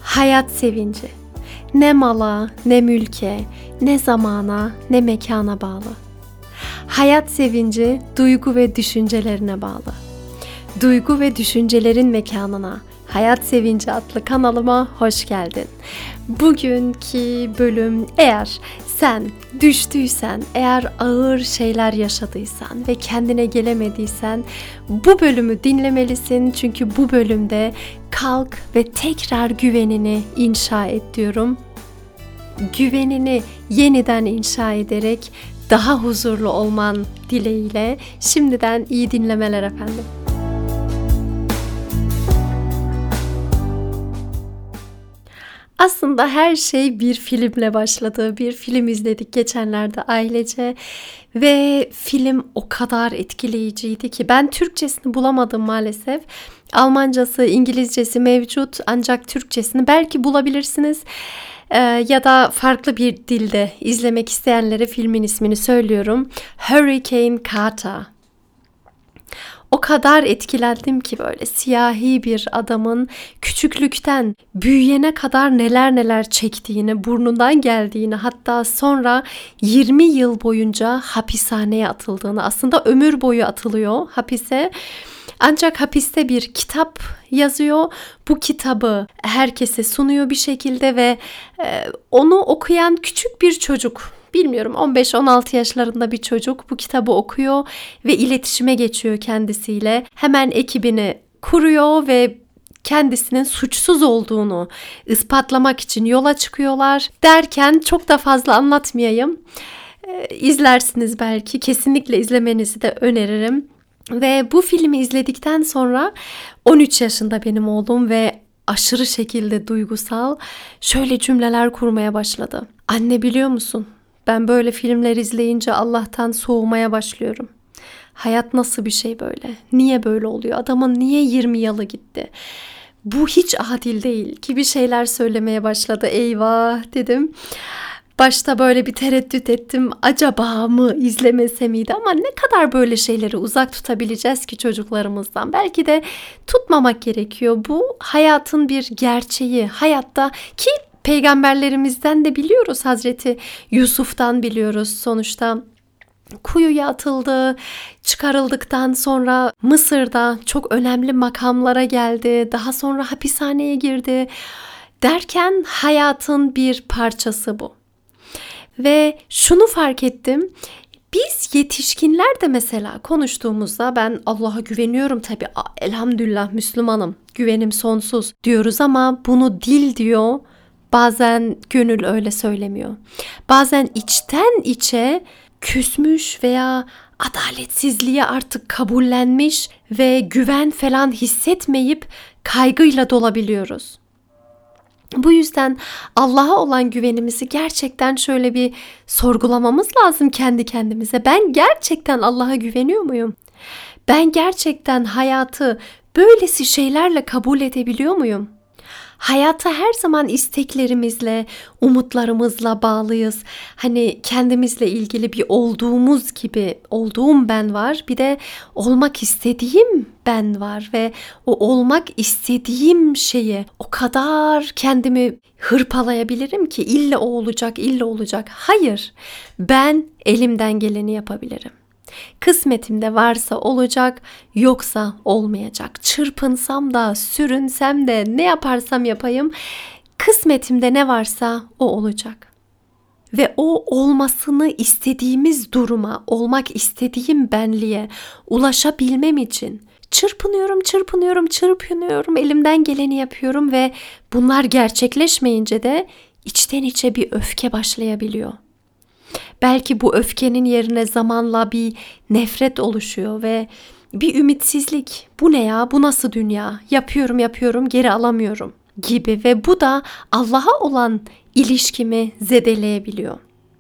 Hayat sevinci. Ne mala, ne mülke, ne zamana, ne mekana bağlı. Hayat sevinci duygu ve düşüncelerine bağlı. Duygu ve düşüncelerin mekanına Hayat Sevinci adlı kanalıma hoş geldin. Bugünkü bölüm, eğer sen düştüysen, eğer ağır şeyler yaşadıysan ve kendine gelemediysen bu bölümü dinlemelisin. Çünkü bu bölümde kalk ve tekrar güvenini inşa et diyorum. Güvenini yeniden inşa ederek daha huzurlu olman dileğiyle şimdiden iyi dinlemeler efendim. Aslında her şey bir filmle başladı. Bir film izledik geçenlerde ailece ve film o kadar etkileyiciydi ki ben Türkçesini bulamadım maalesef. Almancası, İngilizcesi mevcut ancak Türkçesini belki bulabilirsiniz. Ya da farklı bir dilde izlemek isteyenlere filmin ismini söylüyorum. Hurricane Carter. O kadar etkilendim ki böyle siyahi bir adamın küçüklükten büyüyene kadar neler neler çektiğini, burnundan geldiğini, hatta sonra 20 yıl boyunca hapishaneye atıldığını, aslında ömür boyu atılıyor hapise. Ancak hapiste bir kitap yazıyor. Bu kitabı herkese sunuyor bir şekilde ve onu okuyan küçük bir çocuk, bilmiyorum 15-16 yaşlarında bir çocuk bu kitabı okuyor ve iletişime geçiyor kendisiyle. Hemen ekibini kuruyor ve kendisinin suçsuz olduğunu ispatlamak için yola çıkıyorlar. Derken çok da fazla anlatmayayım. İzlersiniz belki. Kesinlikle izlemenizi de öneririm. Ve bu filmi izledikten sonra 13 yaşında benim oğlum ve aşırı şekilde duygusal şöyle cümleler kurmaya başladı. Anne, biliyor musun? Ben böyle filmler izleyince Allah'tan soğumaya başlıyorum. Hayat nasıl bir şey böyle? Niye böyle oluyor? Adamın niye 20 yılı gitti? Bu hiç adil değil gibi şeyler söylemeye başladı. Eyvah dedim. Başta böyle bir tereddüt ettim. Acaba mı izlemese miydi? Ama ne kadar böyle şeyleri uzak tutabileceğiz ki çocuklarımızdan? Belki de tutmamak gerekiyor. Bu hayatın bir gerçeği. Hayatta ki peygamberlerimizden de biliyoruz. Hazreti Yusuf'tan biliyoruz sonuçta. Kuyuya atıldı, çıkarıldıktan sonra Mısır'da çok önemli makamlara geldi. Daha sonra hapishaneye girdi. Derken hayatın bir parçası bu. Ve şunu fark ettim. Biz yetişkinler de mesela konuştuğumuzda ben Allah'a güveniyorum tabii. Elhamdülillah Müslümanım. Güvenim sonsuz diyoruz ama bunu dil diyor. Bazen gönül öyle söylemiyor. Bazen içten içe küsmüş veya adaletsizliği artık kabullenmiş ve güven falan hissetmeyip kaygıyla dolabiliyoruz. Bu yüzden Allah'a olan güvenimizi gerçekten şöyle bir sorgulamamız lazım kendi kendimize. Ben gerçekten Allah'a güveniyor muyum? Ben gerçekten hayatı böylesi şeylerle kabul edebiliyor muyum? Hayata her zaman isteklerimizle, umutlarımızla bağlıyız. Hani kendimizle ilgili bir olduğumuz gibi, olduğum ben var. Bir de olmak istediğim ben var ve o olmak istediğim şeyi o kadar kendimi hırpalayabilirim ki illa o olacak, illa olacak. Hayır, ben elimden geleni yapabilirim. Kısmetimde varsa olacak, yoksa olmayacak. Çırpınsam da, sürünsem de, ne yaparsam yapayım, kısmetimde ne varsa o olacak. Ve o olmasını istediğimiz duruma, olmak istediğim benliğe ulaşabilmem için çırpınıyorum, elimden geleni yapıyorum ve bunlar gerçekleşmeyince de içten içe bir öfke başlayabiliyor. Belki bu öfkenin yerine zamanla bir nefret oluşuyor ve bir ümitsizlik. Bu ne ya? Bu nasıl dünya? Yapıyorum, geri alamıyorum gibi ve bu da Allah'a olan ilişkimi zedeleyebiliyor.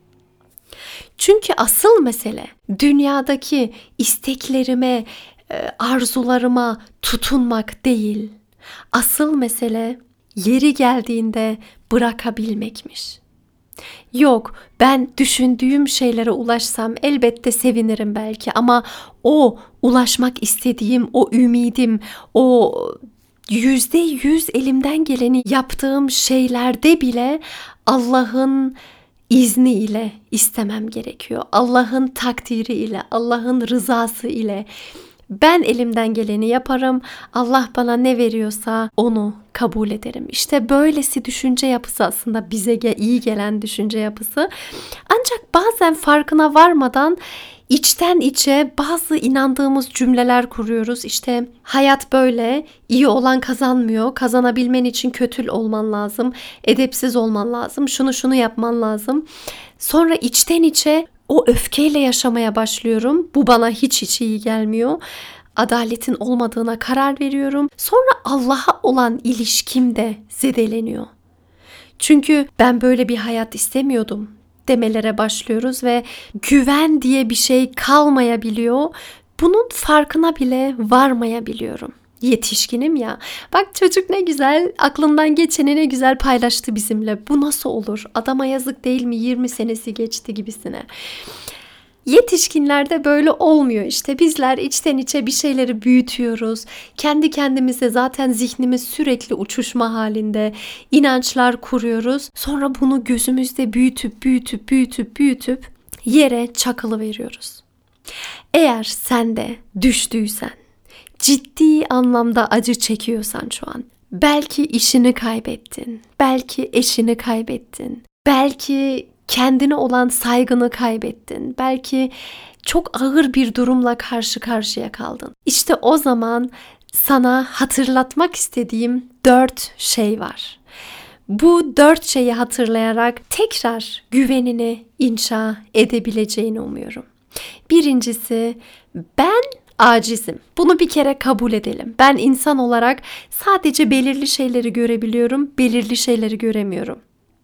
Çünkü asıl mesele dünyadaki isteklerime, arzularıma tutunmak değil. Asıl mesele yeri geldiğinde bırakabilmekmiş. Yok, ben düşündüğüm şeylere ulaşsam elbette sevinirim belki ama o ulaşmak istediğim, o ümidim, o %100 elimden geleni yaptığım şeylerde bile Allah'ın izniyle istemem gerekiyor. Allah'ın takdiri ile, Allah'ın rızası ile. Ben elimden geleni yaparım. Allah bana ne veriyorsa onu kabul ederim. İşte böylesi düşünce yapısı aslında bize iyi gelen düşünce yapısı. Ancak bazen farkına varmadan içten içe bazı inandığımız cümleler kuruyoruz. İşte hayat böyle, iyi olan kazanmıyor. Kazanabilmen için kötü olman lazım. Edepsiz olman lazım. Şunu yapman lazım. Sonra içten içe o öfkeyle yaşamaya başlıyorum. Bu bana hiç iyi gelmiyor. Adaletin olmadığına karar veriyorum. Sonra Allah'a olan ilişkim de zedeleniyor. Çünkü ben böyle bir hayat istemiyordum demelere başlıyoruz ve güven diye bir şey kalmayabiliyor. Bunun farkına bile varmayabiliyorum. Yetişkinim ya. Bak çocuk ne güzel, aklından geçeni ne güzel paylaştı bizimle. Bu nasıl olur? Adama yazık değil mi? 20 senesi geçti gibisine. Yetişkinlerde böyle olmuyor işte. Bizler içten içe bir şeyleri büyütüyoruz. Kendi kendimize zaten zihnimiz sürekli uçuşma halinde. İnançlar kuruyoruz. Sonra bunu gözümüzde büyütüp yere çakılı veriyoruz. Eğer sen de düştüysen, ciddi anlamda acı çekiyorsan şu an, belki işini kaybettin, belki eşini kaybettin, belki kendine olan saygını kaybettin, belki çok ağır bir durumla karşı karşıya kaldın. İşte o zaman sana hatırlatmak istediğim 4 şey var. Bu 4 şeyi hatırlayarak tekrar güvenini inşa edebileceğini umuyorum. Birincisi, ben acizim. Bunu bir kere kabul edelim. Ben insan olarak sadece belirli şeyleri görebiliyorum, belirli şeyleri göremiyorum.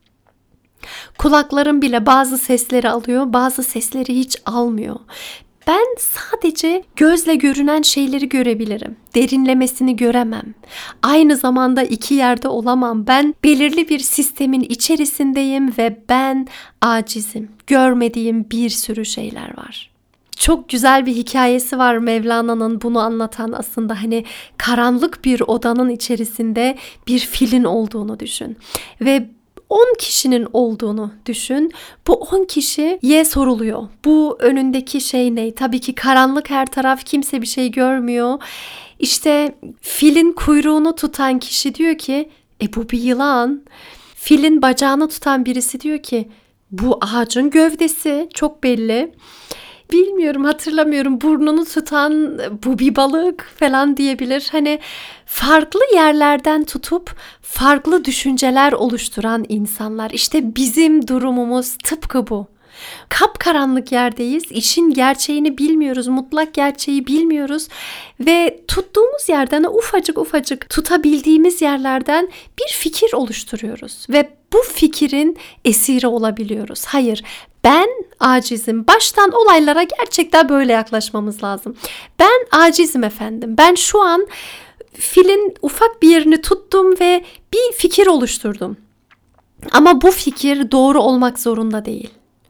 Kulaklarım bile bazı sesleri alıyor, bazı sesleri hiç almıyor. Ben sadece gözle görünen şeyleri görebilirim. Derinlemesini göremem. Aynı zamanda iki yerde olamam. Ben belirli bir sistemin içerisindeyim ve ben acizim. Görmediğim bir sürü şeyler var. Çok güzel bir hikayesi var Mevlana'nın bunu anlatan, aslında hani karanlık bir odanın içerisinde bir filin olduğunu düşün. Ve 10 kişinin olduğunu düşün. Bu 10 kişiye soruluyor. Bu önündeki şey ne? Tabii ki karanlık her taraf, kimse bir şey görmüyor. İşte filin kuyruğunu tutan kişi diyor ki bu bir yılan. Filin bacağını tutan birisi diyor ki bu ağacın gövdesi, çok belli. Bilmiyorum, hatırlamıyorum, burnunu tutan bu bir balık falan diyebilir. Hani farklı yerlerden tutup farklı düşünceler oluşturan insanlar. İşte bizim durumumuz tıpkı bu. Kapkaranlık yerdeyiz, işin gerçeğini bilmiyoruz, mutlak gerçeği bilmiyoruz ve tuttuğumuz yerden, ufacık tutabildiğimiz yerlerden bir fikir oluşturuyoruz ve bu fikirin esiri olabiliyoruz. Hayır, ben acizim. Baştan olaylara gerçekten böyle yaklaşmamız lazım. Ben acizim efendim. Ben şu an filin ufak bir yerini tuttum ve bir fikir oluşturdum. Ama bu fikir doğru olmak zorunda değil.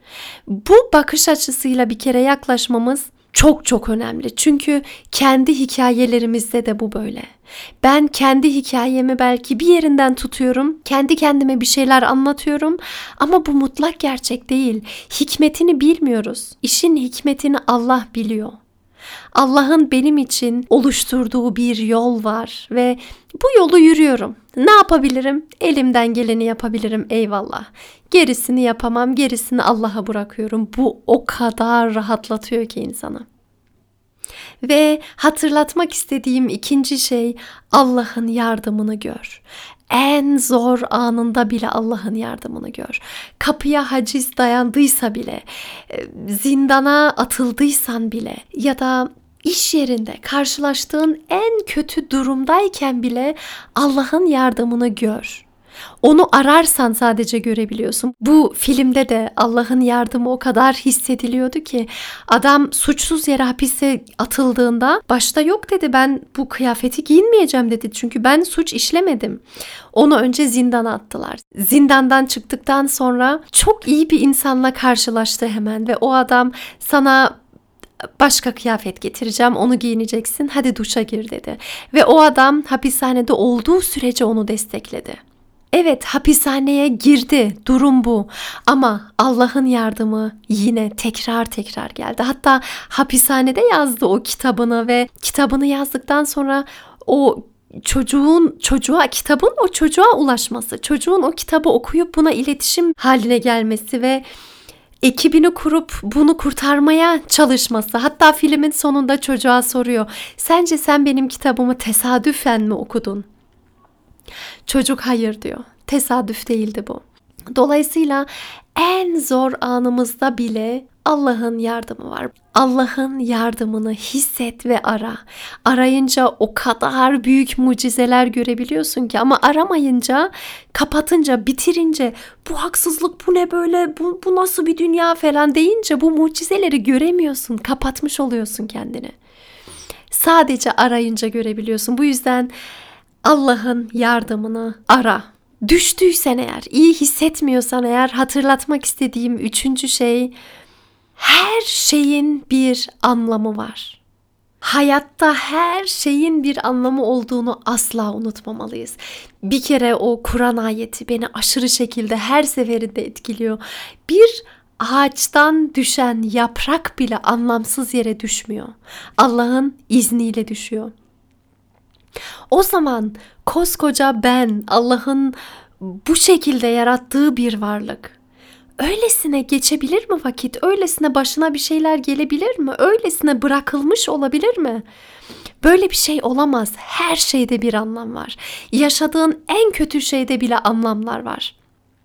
Bu bakış açısıyla bir kere yaklaşmamız çok önemli. Çünkü kendi hikayelerimizde de bu böyle. Ben kendi hikayemi belki bir yerinden tutuyorum. Kendi kendime bir şeyler anlatıyorum. Ama bu mutlak gerçek değil. Hikmetini bilmiyoruz. İşin hikmetini Allah biliyor. Allah'ın benim için oluşturduğu bir yol var ve bu yolu yürüyorum. Ne yapabilirim? Elimden geleni yapabilirim, eyvallah. Gerisini yapamam, gerisini Allah'a bırakıyorum. Bu o kadar rahatlatıyor ki insanı. Ve hatırlatmak istediğim ikinci şey, Allah'ın yardımını gör. En zor anında bile Allah'ın yardımını gör. Kapıya haciz dayandıysa bile, zindana atıldıysan bile ya da iş yerinde karşılaştığın en kötü durumdayken bile Allah'ın yardımını gör. Onu ararsan sadece görebiliyorsun. Bu filmde de Allah'ın yardımı o kadar hissediliyordu ki adam suçsuz yere hapise atıldığında başta yok dedi, ben bu kıyafeti giyinmeyeceğim dedi. Çünkü ben suç işlemedim. Onu önce zindana attılar. Zindandan çıktıktan sonra çok iyi bir insanla karşılaştı hemen ve o adam sana başka kıyafet getireceğim, onu giyineceksin, hadi duşa gir dedi. Ve o adam hapishanede olduğu sürece onu destekledi. Evet, hapishaneye girdi, durum bu, ama Allah'ın yardımı yine tekrar tekrar geldi. Hatta hapishanede yazdı o kitabını ve kitabını yazdıktan sonra o kitabın o çocuğa ulaşması, çocuğun o kitabı okuyup buna iletişim haline gelmesi ve ekibini kurup bunu kurtarmaya çalışması. Hatta filmin sonunda çocuğa soruyor, sence sen benim kitabımı tesadüfen mi okudun? Çocuk hayır diyor. Tesadüf değildi bu. Dolayısıyla en zor anımızda bile Allah'ın yardımı var. Allah'ın yardımını hisset ve ara. Arayınca o kadar büyük mucizeler görebiliyorsun ki, ama aramayınca, kapatınca, bitirince bu haksızlık, bu ne böyle, bu nasıl bir dünya falan deyince bu mucizeleri göremiyorsun. Kapatmış oluyorsun kendini. Sadece arayınca görebiliyorsun. Bu yüzden Allah'ın yardımını ara. Düştüysen eğer, iyi hissetmiyorsan eğer, hatırlatmak istediğim 3. şey, her şeyin bir anlamı var. Hayatta her şeyin bir anlamı olduğunu asla unutmamalıyız. Bir kere o Kur'an ayeti beni aşırı şekilde her seferinde etkiliyor. Bir ağaçtan düşen yaprak bile anlamsız yere düşmüyor. Allah'ın izniyle düşüyor. O zaman koskoca ben, Allah'ın bu şekilde yarattığı bir varlık, öylesine geçebilir mi vakit? Öylesine başına bir şeyler gelebilir mi? Öylesine bırakılmış olabilir mi? Böyle bir şey olamaz. Her şeyde bir anlam var. Yaşadığın en kötü şeyde bile anlamlar var.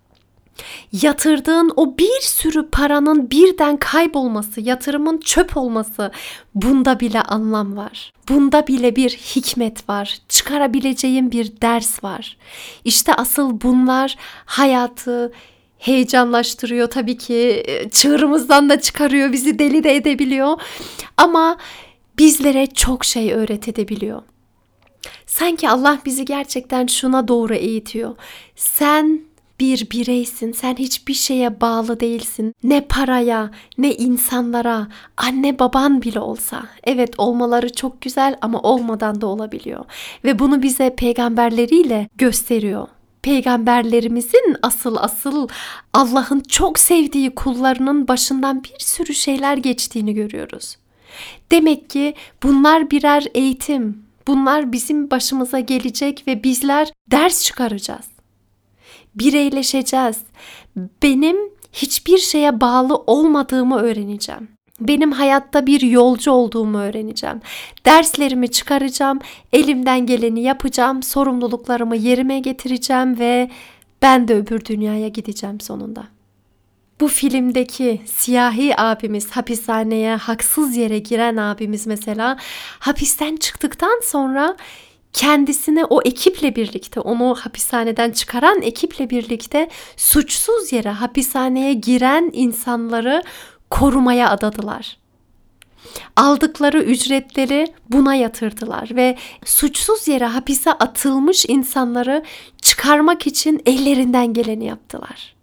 Yatırdığın o bir sürü paranın birden kaybolması, yatırımın çöp olması, bunda bile anlam var. Bunda bile bir hikmet var. Çıkarabileceğin bir ders var. İşte asıl bunlar hayatı heyecanlaştırıyor tabii ki, çığırımızdan da çıkarıyor, bizi deli de edebiliyor. Ama bizlere çok şey öğretebiliyor. Sanki Allah bizi gerçekten şuna doğru eğitiyor. Sen bir bireysin, sen hiçbir şeye bağlı değilsin. Ne paraya, ne insanlara, anne baban bile olsa. Evet, olmaları çok güzel ama olmadan da olabiliyor. Ve bunu bize peygamberleriyle gösteriyor. Peygamberlerimizin asıl Allah'ın çok sevdiği kullarının başından bir sürü şeyler geçtiğini görüyoruz. Demek ki bunlar birer eğitim. Bunlar bizim başımıza gelecek ve bizler ders çıkaracağız. Bireyleşeceğiz. Benim hiçbir şeye bağlı olmadığımı öğreneceğim. Benim hayatta bir yolcu olduğumu öğreneceğim. Derslerimi çıkaracağım, elimden geleni yapacağım, sorumluluklarımı yerime getireceğim ve ben de öbür dünyaya gideceğim sonunda. Bu filmdeki siyahi abimiz, hapishaneye haksız yere giren abimiz mesela, hapisten çıktıktan sonra kendisini o ekiple birlikte, onu hapishaneden çıkaran ekiple birlikte suçsuz yere hapishaneye giren insanları korumaya adadılar. Aldıkları ücretleri buna yatırdılar ve suçsuz yere hapise atılmış insanları çıkarmak için ellerinden geleni yaptılar.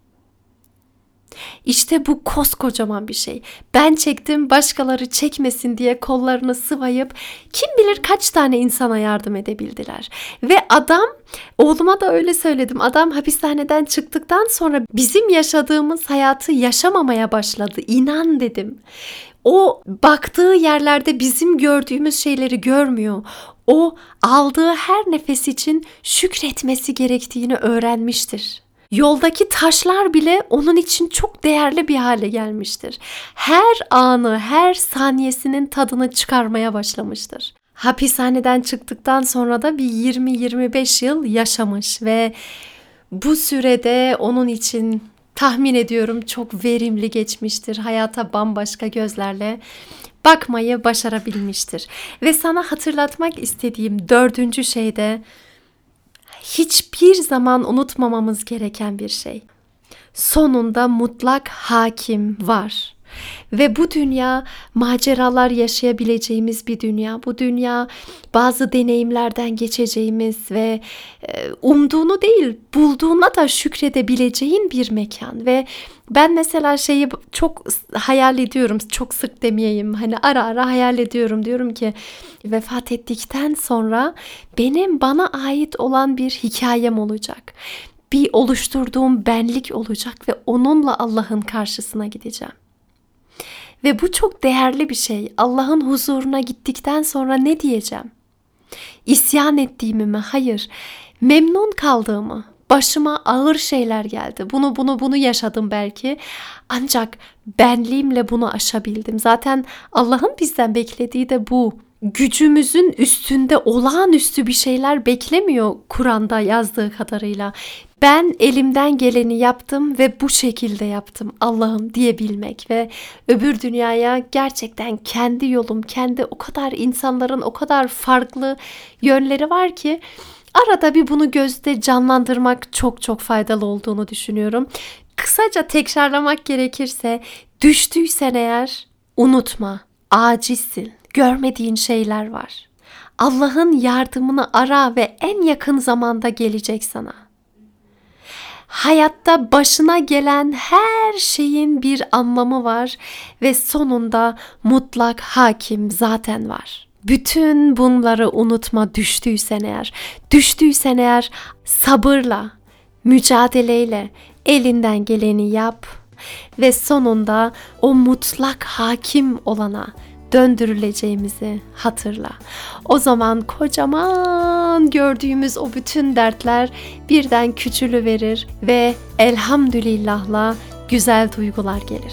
İşte bu koskocaman bir şey. Ben çektim, başkaları çekmesin diye kollarını sıvayıp kim bilir kaç tane insana yardım edebildiler. Ve adam, oğluma da öyle söyledim, adam hapishaneden çıktıktan sonra bizim yaşadığımız hayatı yaşamamaya başladı. İnan dedim. O baktığı yerlerde bizim gördüğümüz şeyleri görmüyor. O aldığı her nefes için şükretmesi gerektiğini öğrenmiştir. Yoldaki taşlar bile onun için çok değerli bir hale gelmiştir. Her anı, her saniyesinin tadını çıkarmaya başlamıştır. Hapishaneden çıktıktan sonra da bir 20-25 yıl yaşamış ve bu sürede onun için tahmin ediyorum çok verimli geçmiştir. Hayata bambaşka gözlerle bakmayı başarabilmiştir. Ve sana hatırlatmak istediğim 4. şey de hiçbir zaman unutmamamız gereken bir şey. Sonunda mutlak hakim var. Ve bu dünya maceralar yaşayabileceğimiz bir dünya. Bu dünya bazı deneyimlerden geçeceğimiz ve umduğunu değil, bulduğuna da şükredebileceğin bir mekan. Ve ben mesela şeyi çok hayal ediyorum, çok sık demeyeyim, hani ara ara hayal ediyorum. Diyorum ki vefat ettikten sonra bana ait olan bir hikayem olacak. Bir oluşturduğum benlik olacak ve onunla Allah'ın karşısına gideceğim. Ve bu çok değerli bir şey. Allah'ın huzuruna gittikten sonra ne diyeceğim? İsyan ettiğimi mi? Hayır. Memnun kaldığımı. Başıma ağır şeyler geldi. Bunu yaşadım belki. Ancak benliğimle bunu aşabildim. Zaten Allah'ın bizden beklediği de bu. Gücümüzün üstünde olağanüstü bir şeyler beklemiyor Kur'an'da yazdığı kadarıyla. Ben elimden geleni yaptım ve bu şekilde yaptım Allah'ım diyebilmek ve öbür dünyaya gerçekten kendi yolum, kendi o kadar insanların o kadar farklı yönleri var ki arada bir bunu gözde canlandırmak çok çok faydalı olduğunu düşünüyorum. Kısaca tekrarlamak gerekirse düştüysen eğer unutma, acizsin, görmediğin şeyler var. Allah'ın yardımını ara ve en yakın zamanda gelecek sana. Hayatta başına gelen her şeyin bir anlamı var ve sonunda mutlak hakim zaten var. Bütün bunları unutma düştüysen eğer sabırla, mücadeleyle elinden geleni yap ve sonunda o mutlak hakim olana döndürüleceğimizi hatırla. O zaman kocaman gördüğümüz o bütün dertler birden küçülüverir ve elhamdülillahla güzel duygular gelir.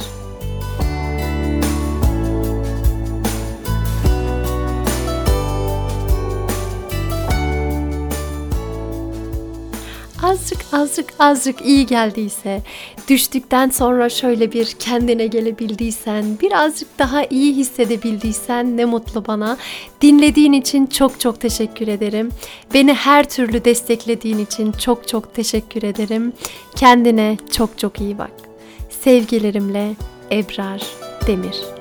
Azıcık iyi geldiyse, düştükten sonra şöyle bir kendine gelebildiysen, birazcık daha iyi hissedebildiysen ne mutlu bana. Dinlediğin için çok çok teşekkür ederim. Beni her türlü desteklediğin için çok çok teşekkür ederim. Kendine çok çok iyi bak. Sevgilerimle Ebrar Demir.